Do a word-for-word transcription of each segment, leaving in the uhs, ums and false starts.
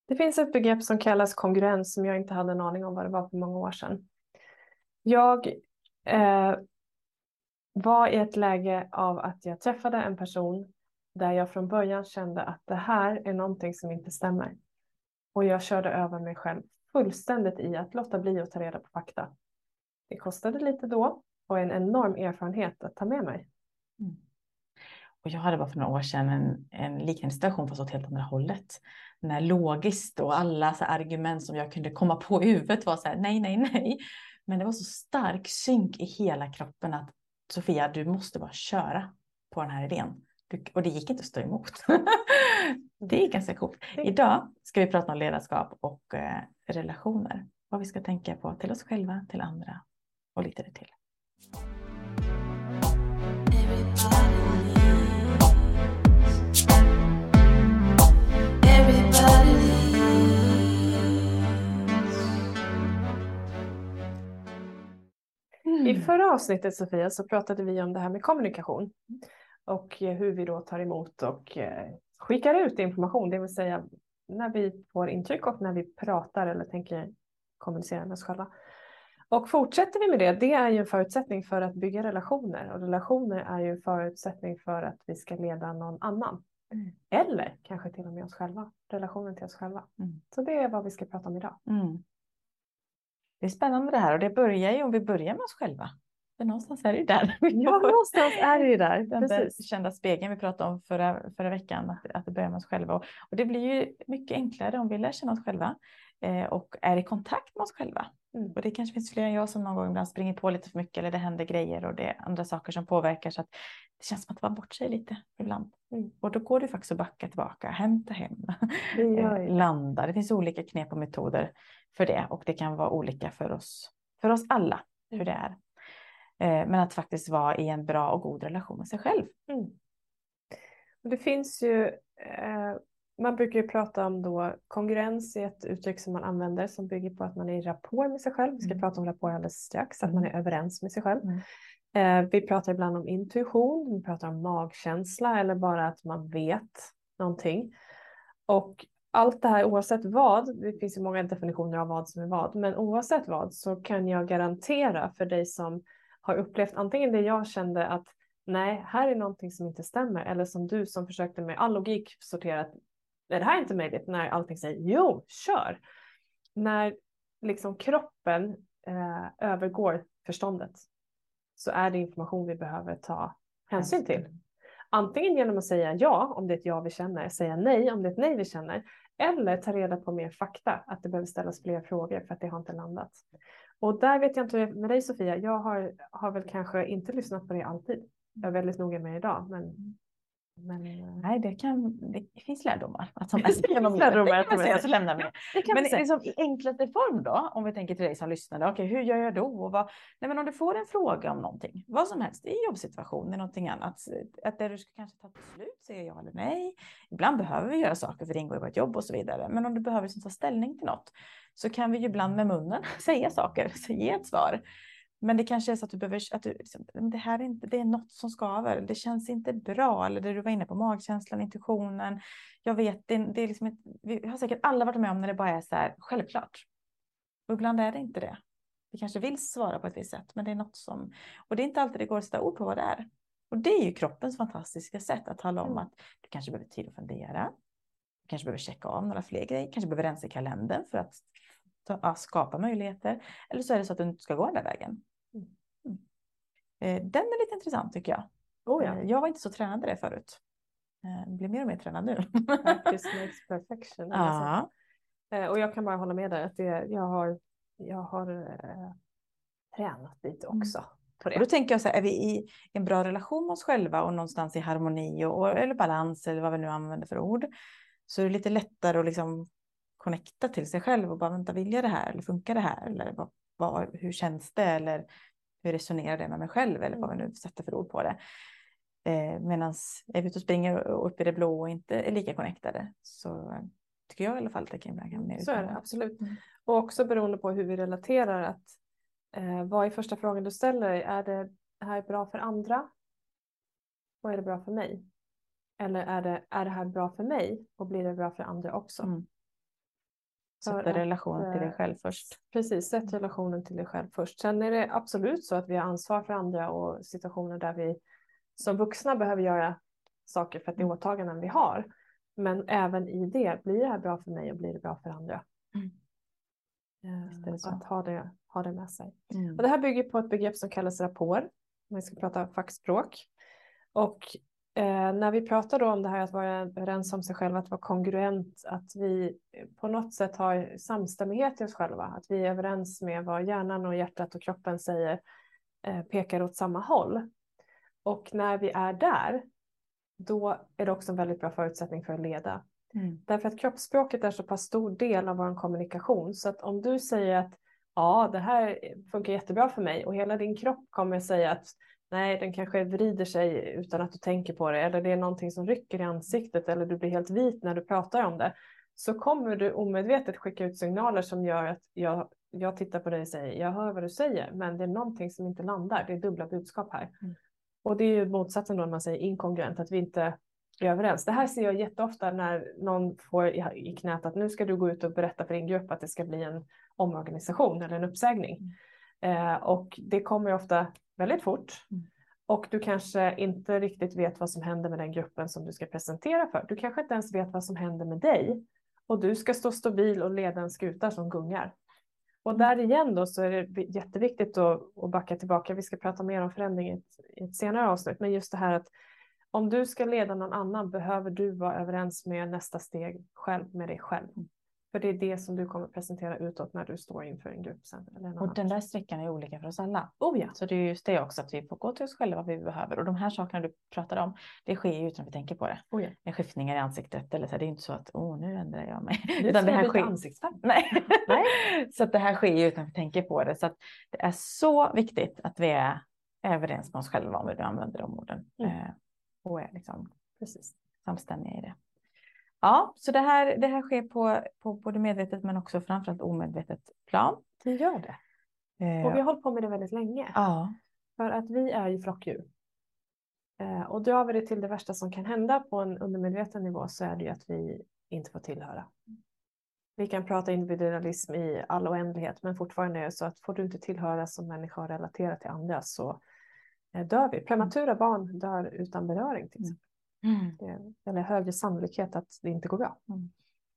Det finns ett begrepp som kallas kongruens som jag inte hade en aning om vad det var för många år sedan. Jag eh, var i ett läge av att jag träffade en person där jag från början kände att det här är någonting som inte stämmer. Och jag körde över mig själv fullständigt i att låta bli att ta reda på fakta. Det kostade lite då och en enorm erfarenhet att ta med mig. Mm. Och jag hade bara för några år sedan en, en liknande situation fast åt helt andra hållet. När logiskt och alla så argument som jag kunde komma på i huvudet var så här nej, nej, nej. Men det var så stark synk i hela kroppen att Sofia, du måste bara köra på den här idén. Du, och det gick inte att stå emot. Det är ganska coolt. Idag ska vi prata om ledarskap och eh, relationer. Vad vi ska tänka på till oss själva, till andra och lite det till. I förra avsnittet, Sofia, så pratade vi om det här med kommunikation och hur vi då tar emot och skickar ut information, det vill säga när vi får intryck och när vi pratar eller tänker kommunicera med oss själva. Och fortsätter vi med det, det är ju en förutsättning för att bygga relationer, och relationer är ju en förutsättning för att vi ska leda någon annan. Mm. Eller kanske till och med oss själva, relationen till oss själva. Mm. Så det är vad vi ska prata om idag. Mm. Det är spännande det här, och det börjar ju om vi börjar med oss själva. För någonstans är det ju där. Ja, någonstans är det ju där. Den där kända spegeln vi pratade om förra, förra veckan, att, att det börjar med oss själva. Och, och det blir ju mycket enklare om vi lär känna oss själva eh, och är i kontakt med oss själva. Mm. Och det kanske finns fler än jag som någon gång ibland springer på lite för mycket, eller det händer grejer och det är andra saker som påverkar, så att det känns som att man bort sig lite ibland. Mm. Och då går det faktiskt att backa tillbaka, hämta hem, det landa. Det finns olika knep och metoder för det, och det kan vara olika för oss, för oss alla hur det är. Men att faktiskt vara i en bra och god relation med sig själv. Mm. Och det finns ju, eh, man brukar ju prata om då kongruens, är ett uttryck som man använder som bygger på att man är i rapport med sig själv. Vi ska mm. prata om rapport alldeles strax, att man är överens med sig själv. Mm. Eh, vi pratar ibland om intuition, vi pratar om magkänsla eller bara att man vet någonting. Och allt det här, oavsett vad, det finns ju många definitioner av vad som är vad, men oavsett vad så kan jag garantera för dig som har upplevt antingen det jag kände att nej, här är någonting som inte stämmer, eller som du som försökte med all logik sortera att det här är inte möjligt, när allting säger jo, kör. När liksom kroppen eh, övergår förståndet så är det information vi behöver ta hänsyn till. Antingen genom att säga ja om det är ett ja vi känner, säga nej om det är ett nej vi känner, eller ta reda på mer fakta, att det behöver ställas fler frågor för att det har inte landat. Och där vet jag inte med dig, Sofia, jag har, har väl kanske inte lyssnat på det alltid. Jag är väldigt noga med idag, men... men nej, det, kan, det finns lärdomar. Att som det finns lärdomar att säga, så lämnar vi det. Det kan men vi säga. Liksom, i enklaste form då, om vi tänker till dig som lyssnade, okej, okay, hur gör jag då? Och vad, nej, men om du får en fråga om någonting, vad som helst, i jobbsituation, i någonting annat, att där du ska kanske ta ett beslut, säga ja eller nej. Ibland behöver vi göra saker för det ingår i vårt jobb och så vidare. Men om du behöver liksom ta ställning till något, så kan vi ju ibland med munnen säga saker, så ge ett svar. Men det kanske är så att du behöver, att du, liksom, det här är inte, det är något som skaver, det känns inte bra, eller det du var inne på, magkänslan, intuitionen. Jag vet, det, det är liksom ett, vi har säkert alla varit med om när det bara är så här självklart. Och ibland är det inte det. Vi kanske vill svara på ett visst sätt, men det är något som, och det är inte alltid det går att sätta ord på vad det är. Och det är ju kroppens fantastiska sätt att tala om mm. att du kanske behöver tid att fundera. Du kanske behöver checka av några fler grejer, kanske behöver rensa i kalendern för att ta, skapa möjligheter. Eller så är det så att du inte ska gå den där vägen. Mm. Den är lite intressant tycker jag. Oh ja. Jag var inte så tränad i det förut. Jag blir mer och mer tränad nu. Practice makes perfection. Ja. Och jag kan bara hålla med där att det, jag har, jag har äh, tränat lite också. Mm. På det. Och då tänker jag så här, är vi i en bra relation med oss själva och någonstans i harmoni och, eller balans eller vad vi nu använder för ord, så är det lite lättare att liksom connecta till sig själv och bara vänta, vill jag det här eller funkar det här eller vad, vad, hur känns det eller hur resonerar det med mig själv eller vad vi nu sätter för ord på det. Eh, Medan är vi ute och springer upp i det blå och inte är lika connectade, så tycker jag i alla fall att det kan bli mer. Så är det, absolut. Mm. Och också beroende på hur vi relaterar, att eh, vad är första frågan du ställer dig? Är det här bra för andra? Och är det bra för mig? Eller är det, är det här bra för mig och blir det bra för andra också? Mm. Sätta relation till dig själv först. Precis, sätt relationen till dig själv först. Sen är det absolut så att vi har ansvar för andra och situationer där vi som vuxna behöver göra saker för att det är åtaganden vi har. Men även i det, blir det här bra för mig och blir det bra för andra? Mm. Uh, att ha det, ha det med sig. Mm. Och det här bygger på ett begrepp som kallas rapport. Om vi ska prata fackspråk. Och eh, när vi pratar då om det här att vara överens om sig själv, att vara kongruent, att vi på något sätt har samstämmighet i oss själva, att vi är överens med vad hjärnan och hjärtat och kroppen säger, eh, pekar åt samma håll. Och när vi är där, då är det också en väldigt bra förutsättning för att leda. Mm. Därför att kroppsspråket är så pass stor del av vår kommunikation, så att om du säger att ja, det här funkar jättebra för mig och hela din kropp kommer säga att nej, den kanske vrider sig utan att du tänker på det, eller det är någonting som rycker i ansiktet, eller du blir helt vit när du pratar om det, så kommer du omedvetet skicka ut signaler som gör att jag, jag tittar på dig och säger, jag hör vad du säger, men det är någonting som inte landar, det är dubbla budskap här. Mm. Och det är ju motsatsen då när man säger inkongruent, att vi inte är överens. Det här ser jag jätteofta när någon får i, i knät att nu ska du gå ut och berätta för din grupp att det ska bli en omorganisation eller en uppsägning. Mm. Eh, och det kommer ofta väldigt fort. Mm. Och du kanske inte riktigt vet vad som händer med den gruppen som du ska presentera för. Du kanske inte ens vet vad som händer med dig. Och du ska stå stabil och leda en skuta som gungar. Och där igen då så är det jätteviktigt att, att backa tillbaka. Vi ska prata mer om förändring i ett, i ett senare avsnitt. Men just det här att om du ska leda någon annan behöver du vara överens med nästa steg själv med dig själv. För det är det som du kommer presentera utåt när du står inför en grupp sen. Eller en och den där sträckan är olika för oss alla. Oh ja. Så det är just det också, att vi får gå till oss själva vad vi behöver. Och de här sakerna du pratar om, det sker ju utan att vi tänker på det. Oh ja. Med skiftningar i ansiktet. Eller så, det är inte så att, åh nu ändrar jag mig. Nu utan det här sker ansiktsfärg. Nej. Nej. Så att det här sker ju utan att vi tänker på det. Så att det är så viktigt att vi är överens med oss själva om hur vi använder de orden. Mm. Eh, och är liksom precis samstämmiga i det. Ja, så det här, det här sker på, på både medvetet men också framförallt omedvetet plan. Det gör det. Eh, och vi har hållit på med det väldigt länge. Ja. För att vi är ju flockdjur. Eh, och drar vi det till det värsta som kan hända på en undermedveten nivå så är det ju att vi inte får tillhöra. Vi kan prata individualism i all oändlighet, men fortfarande är det så att får du inte tillhöra som människa och relatera till andra så eh, dör vi. Prematura barn dör utan beröring till exempel. Mm. Det, eller högre sannolikhet att det inte går bra. Mm.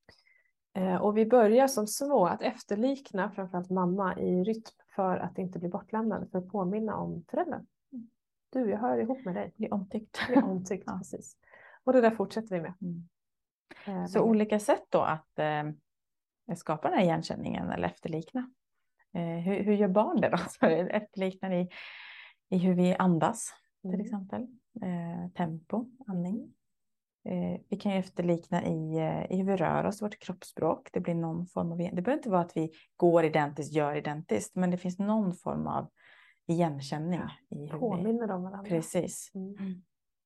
Eh, och vi börjar som små att efterlikna framförallt mamma i rytm för att inte bli bortlämnad, för att påminna om föräldern. Mm. Du, jag hör ihop med dig. Det är omtyckt. Det är omtyckt, ja. Precis. Och det där fortsätter vi med. Mm. Eh, Så länge. Olika sätt då att eh, skapa den här igenkänningen eller efterlikna. Eh, hur, hur gör barn det då? Så efterliknar i, i hur vi andas till mm. exempel. Eh, tempo, andning. Eh, vi kan ju efterlikna i, i hur vi rör oss, vårt kroppsspråk. Det blir någon form av, det behöver inte vara att vi går identiskt, gör identiskt, men det finns någon form av igenkänning. Ja, i hur påminner vi... om varandra. Precis. Mm. Mm.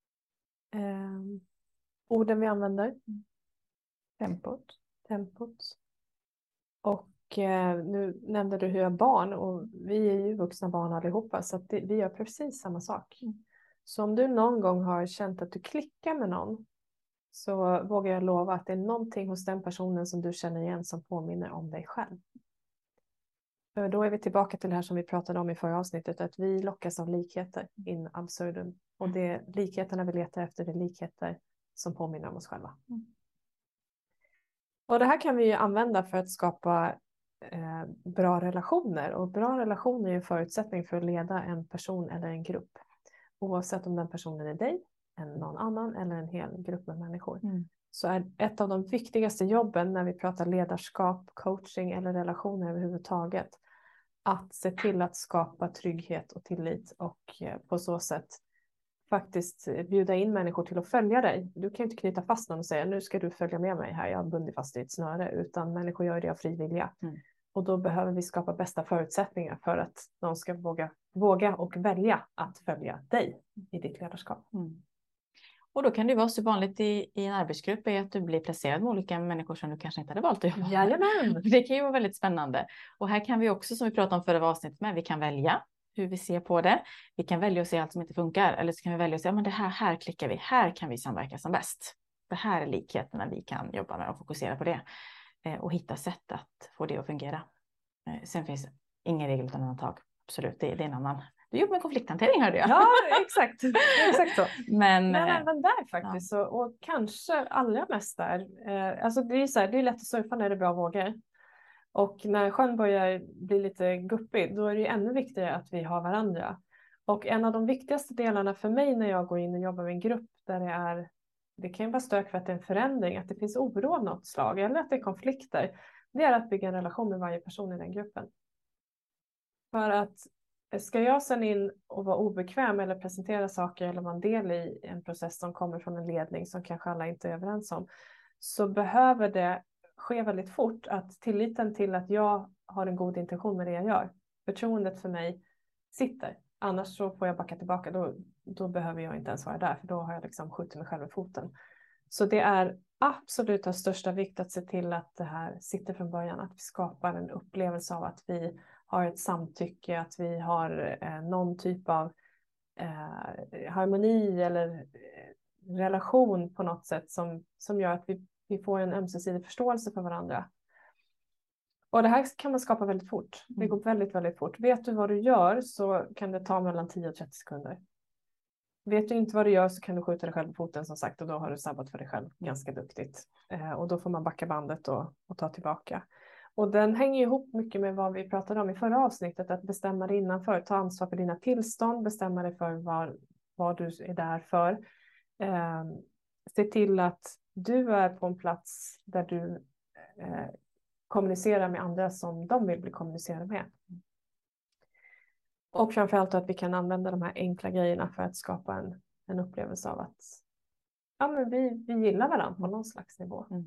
Eh, orden vi använder. Mm. Tempot. Tempot. Och eh, nu nämnde du hur jag är barn, och vi är ju vuxna barn allihopa, så att det, vi gör precis samma sak. Mm. Så om du någon gång har känt att du klickar med någon, så vågar jag lova att det är någonting hos den personen som du känner igen som påminner om dig själv. För då är vi tillbaka till det här som vi pratade om i förra avsnittet, att vi lockas av likheter in absurdum. Och det är likheterna vi letar efter, det är likheter som påminner om oss själva. Mm. Och det här kan vi ju använda för att skapa eh, bra relationer. Och bra relationer är en förutsättning för att leda en person eller en grupp. Oavsett om den personen är dig, en någon annan eller en hel grupp med människor. Mm. Så är ett av de viktigaste jobben när vi pratar ledarskap, coaching eller relationer överhuvudtaget att se till att skapa trygghet och tillit och på så sätt faktiskt bjuda in människor till att följa dig. Du kan inte knyta fast någon och säga nu ska du följa med mig här, jag har bundit fast i ett snöre, utan människor gör det av fri vilja. Mm. Och då behöver vi skapa bästa förutsättningar för att någon ska våga, våga och välja att följa dig i ditt ledarskap. Mm. Och då kan det vara så vanligt i, i en arbetsgrupp är att du blir placerad med olika människor som du kanske inte hade valt att jobba med. Jajamän. Det kan ju vara väldigt spännande. Och här kan vi också, som vi pratade om förra avsnittet med, vi kan välja hur vi ser på det. Vi kan välja att se allt som inte funkar. Eller så kan vi välja att säga, ja, men det här, här klickar vi. Här kan vi samverka som bäst. Det här är likheterna vi kan jobba med och fokusera på det. Eh, och hitta sätt att få det att fungera. Eh, sen finns ingen regel utan undantag. Absolut, det, det är en annan. Du jobbar med konflikthantering, hörde jag. Ja, exakt. exakt så. Men, Men eh, även där faktiskt. Ja. Och, och kanske allra mest där. Eh, alltså det är så här, det är lätt att surfa när det är bra vågor. Och när sjön börjar bli lite guppig, då är det ännu viktigare att vi har varandra. Och en av de viktigaste delarna för mig när jag går in och jobbar med en grupp där det är, det kan ju vara stök för att det är en förändring, att det finns oro av något slag eller att det är konflikter, det är att bygga en relation med varje person i den gruppen. För att ska jag sen in och vara obekväm eller presentera saker eller vara en del i en process som kommer från en ledning som kanske alla inte är överens om, så behöver det ske väldigt fort att tilliten till att jag har en god intention med det jag gör, förtroendet för mig sitter. Annars så får jag backa tillbaka, då, då behöver jag inte ens vara där, för då har jag liksom skjutit mig själv i foten. Så det är absolut av största vikt att se till att det här sitter från början, att vi skapar en upplevelse av att vi har ett samtycke, att vi har eh, någon typ av eh, harmoni eller eh, relation på något sätt som, som gör att vi, vi får en ömsesidig förståelse för varandra. Och det här kan man skapa väldigt fort. Det går väldigt, väldigt fort. Vet du vad du gör så kan det ta mellan tio och trettio sekunder. Vet du inte vad du gör så kan du skjuta dig själv på foten som sagt, och då har du sabbat för dig själv ganska duktigt. Eh, och då får man backa bandet och, och ta tillbaka. Och den hänger ihop mycket med vad vi pratade om i förra avsnittet, att bestämma dig innanför, ta ansvar för dina tillstånd, bestämma dig för vad, vad du är där för. Eh, se till att du är på en plats där du eh, kommunicerar med andra som de vill bli kommunicerade med. Och framförallt att vi kan använda de här enkla grejerna för att skapa en, en upplevelse av att ja, men vi, vi gillar varandra på någon slags nivå. Mm.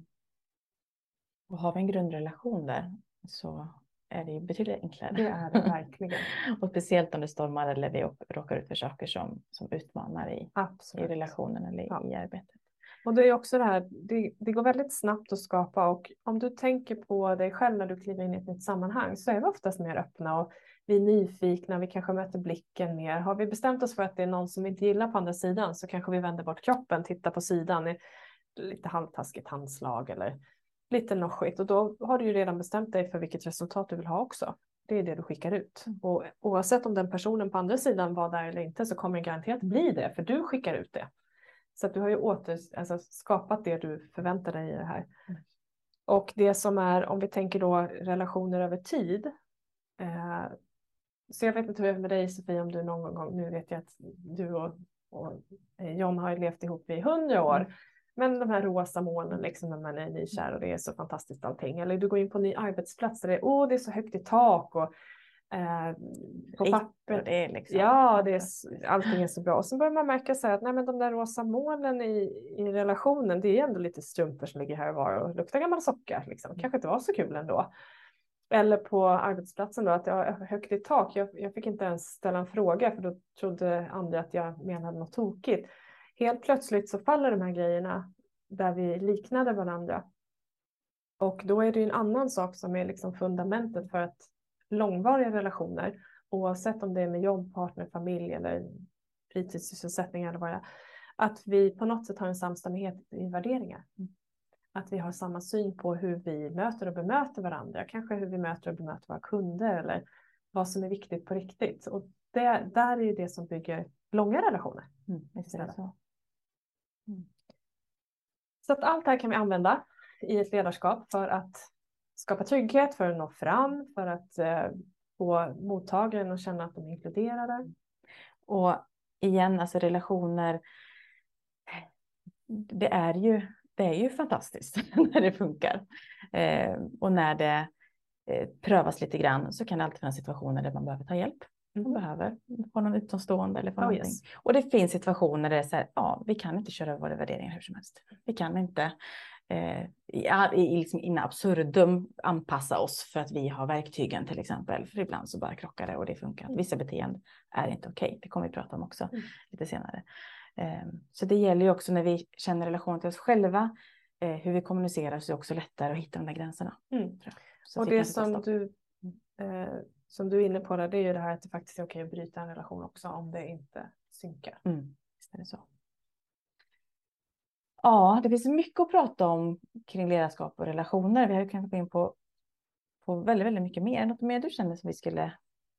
Och har vi en grundrelation där så är det betydligt enklare. Det är det verkligen. Och speciellt om det stormar eller vi råkar ut för saker som, som utmanar i, i relationen eller ja. i arbetet. Och det är också det här, det, det går väldigt snabbt att skapa, och om du tänker på dig själv när du kliver in i ett nytt sammanhang så är vi oftast mer öppna och vi är nyfikna, vi kanske möter blicken mer. Har vi bestämt oss för att det är någon som vi inte gillar på andra sidan så kanske vi vänder bort kroppen, tittar på sidan i lite halvtaskigt handslag eller lite noschigt, och då har du ju redan bestämt dig för vilket resultat du vill ha också. Det är det du skickar ut. Och oavsett om den personen på andra sidan var där eller inte så kommer det garanterat bli det, för du skickar ut det. Så att du har ju åter, alltså, skapat det du förväntar dig i det här. Mm. Och det som är, om vi tänker då relationer över tid. Eh, så jag vet inte hur det är med dig Sofia, om du någon gång, nu vet jag att du och, och John har levt ihop i hundra år. Mm. Men de här rosa molnen liksom när man är nykär och det är så fantastiskt allting. Eller du går in på en ny arbetsplats där det är, åh, det är så högt i tak och Eh, på papper. Det är liksom. Ja, det är, allting är så bra. Och så börjar man märka så här att nej, men de där rosa målen i, i relationen, det är ändå lite strumpor som ligger här och var och luktar gammal socka. Liksom. Kanske inte var så kul ändå. Eller på arbetsplatsen då, att jag har högt i tak. Jag, jag fick inte ens ställa en fråga för då trodde andra att jag menade något tokigt. Helt plötsligt så faller de här grejerna där vi liknade varandra. Och då är det ju en annan sak som är liksom fundamentet för att långvariga relationer, oavsett om det är med jobb, partner, familj eller fritidssysselsättning eller vad det är, att vi på något sätt har en samstämmighet i värderingar. Mm. Att vi har samma syn på hur vi möter och bemöter varandra, kanske hur vi möter och bemöter våra kunder eller vad som är viktigt på riktigt. Och det, där är ju det som bygger långa relationer. Mm, visst är det så. Mm. Så att allt det här kan vi använda i ett ledarskap för att skapa trygghet, för att nå fram, för att eh, få mottagaren att känna att de är inkluderade. Och igen, alltså relationer, det är ju, det är ju fantastiskt när det funkar. Eh, och när det eh, prövas lite grann så kan det alltid finnas situationer där man behöver ta hjälp. Man mm. behöver få någon utomstående eller få oh, någonting. Yes. Och det finns situationer där det är så här, ja, vi kan inte köra våra värderingar hur som helst. Vi kan inte eh, i, i, liksom in absurdum anpassa oss för att vi har verktygen till exempel. För ibland så bara krockar det och det funkar. Mm. Vissa beteenden är inte okej. Okay. Det kommer vi prata om också mm. lite senare. Eh, så det gäller ju också när vi känner relation till oss själva. Eh, hur vi kommunicerar så är det också lättare att hitta de där gränserna. Mm. Och det som du... Eh, som du är inne på där, det är ju det här att det faktiskt är okej att bryta en relation också om det inte synkar. Mm. Visst är det så. Ja, det finns mycket att prata om kring ledarskap och relationer. Vi har ju kunnat gå in på, på väldigt, väldigt mycket mer. Något mer du känner som vi skulle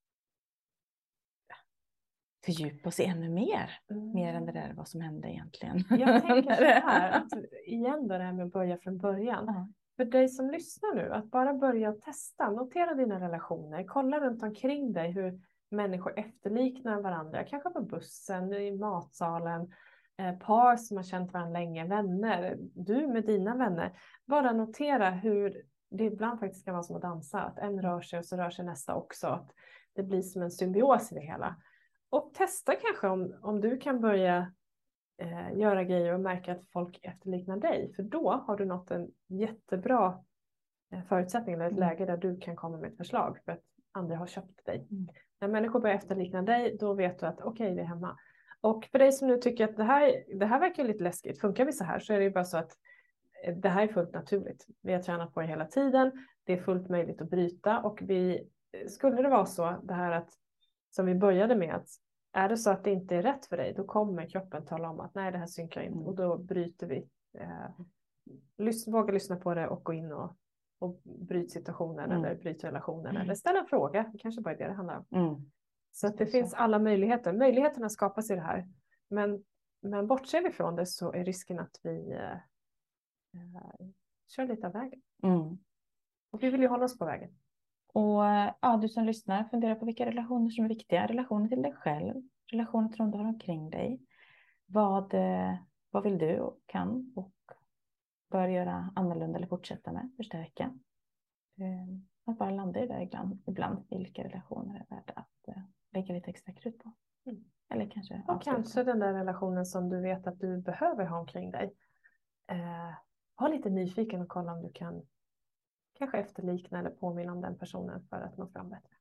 fördjupa oss ännu mer? Mm. Mer än det där vad som hände egentligen. Jag tänker så här, att igen då det här med att börja från början. Uh-huh. För dig som lyssnar nu, att bara börja testa, notera dina relationer, kolla runt omkring dig hur människor efterliknar varandra, kanske på bussen, i matsalen, eh, par som har känt varandra länge, vänner, du med dina vänner. Bara notera hur det ibland faktiskt kan vara som att dansa, att en rör sig och så rör sig nästa också, att det blir som en symbios i det hela. Och testa kanske om, om du kan börja eh, göra grejer och märka att folk efterliknar dig. För då har du nått en jättebra eh, förutsättning eller ett mm. läge där du kan komma med ett förslag för att andra har köpt dig. Mm. När människor börjar efterlikna dig, då vet du att okej, okay, det är hemma. Och för dig som nu tycker att det här, det här verkar lite läskigt, funkar vi så här, så är det ju bara så att eh, det här är fullt naturligt. Vi har tränat på det hela tiden, det är fullt möjligt att bryta och vi, skulle det vara så, det här att som vi började med, att är det så att det inte är rätt för dig, då kommer kroppen tala om att nej, det här synkar inte. Mm. Och då bryter vi. Eh, lys- våga lyssna på det och gå in och, och bryta situationen mm. eller bryta relationen. Mm. Eller ställa en fråga, det kanske bara är det det handlar om. Mm. Så att det så. finns alla möjligheter. Möjligheterna skapas i det här. Men, men bortser vi från det så är risken att vi eh, eh, kör lite av vägen. Mm. Och vi vill ju hålla oss på vägen. Och ja, du som lyssnar, fundera på vilka relationer som är viktiga. Relationer till dig själv, relationer till de du har omkring dig. Vad, vad vill du och kan och bör göra annorlunda eller fortsätta med, förstärka. Att bara landa i det ibland, ibland vilka relationer är värda att lägga lite extra krut på. Mm. Eller kanske och avsluta. Kanske den där relationen som du vet att du behöver ha omkring dig. Eh, var lite nyfiken och kolla om du kan kanske efterlikna eller påminna om den personen för att nå fram bättre.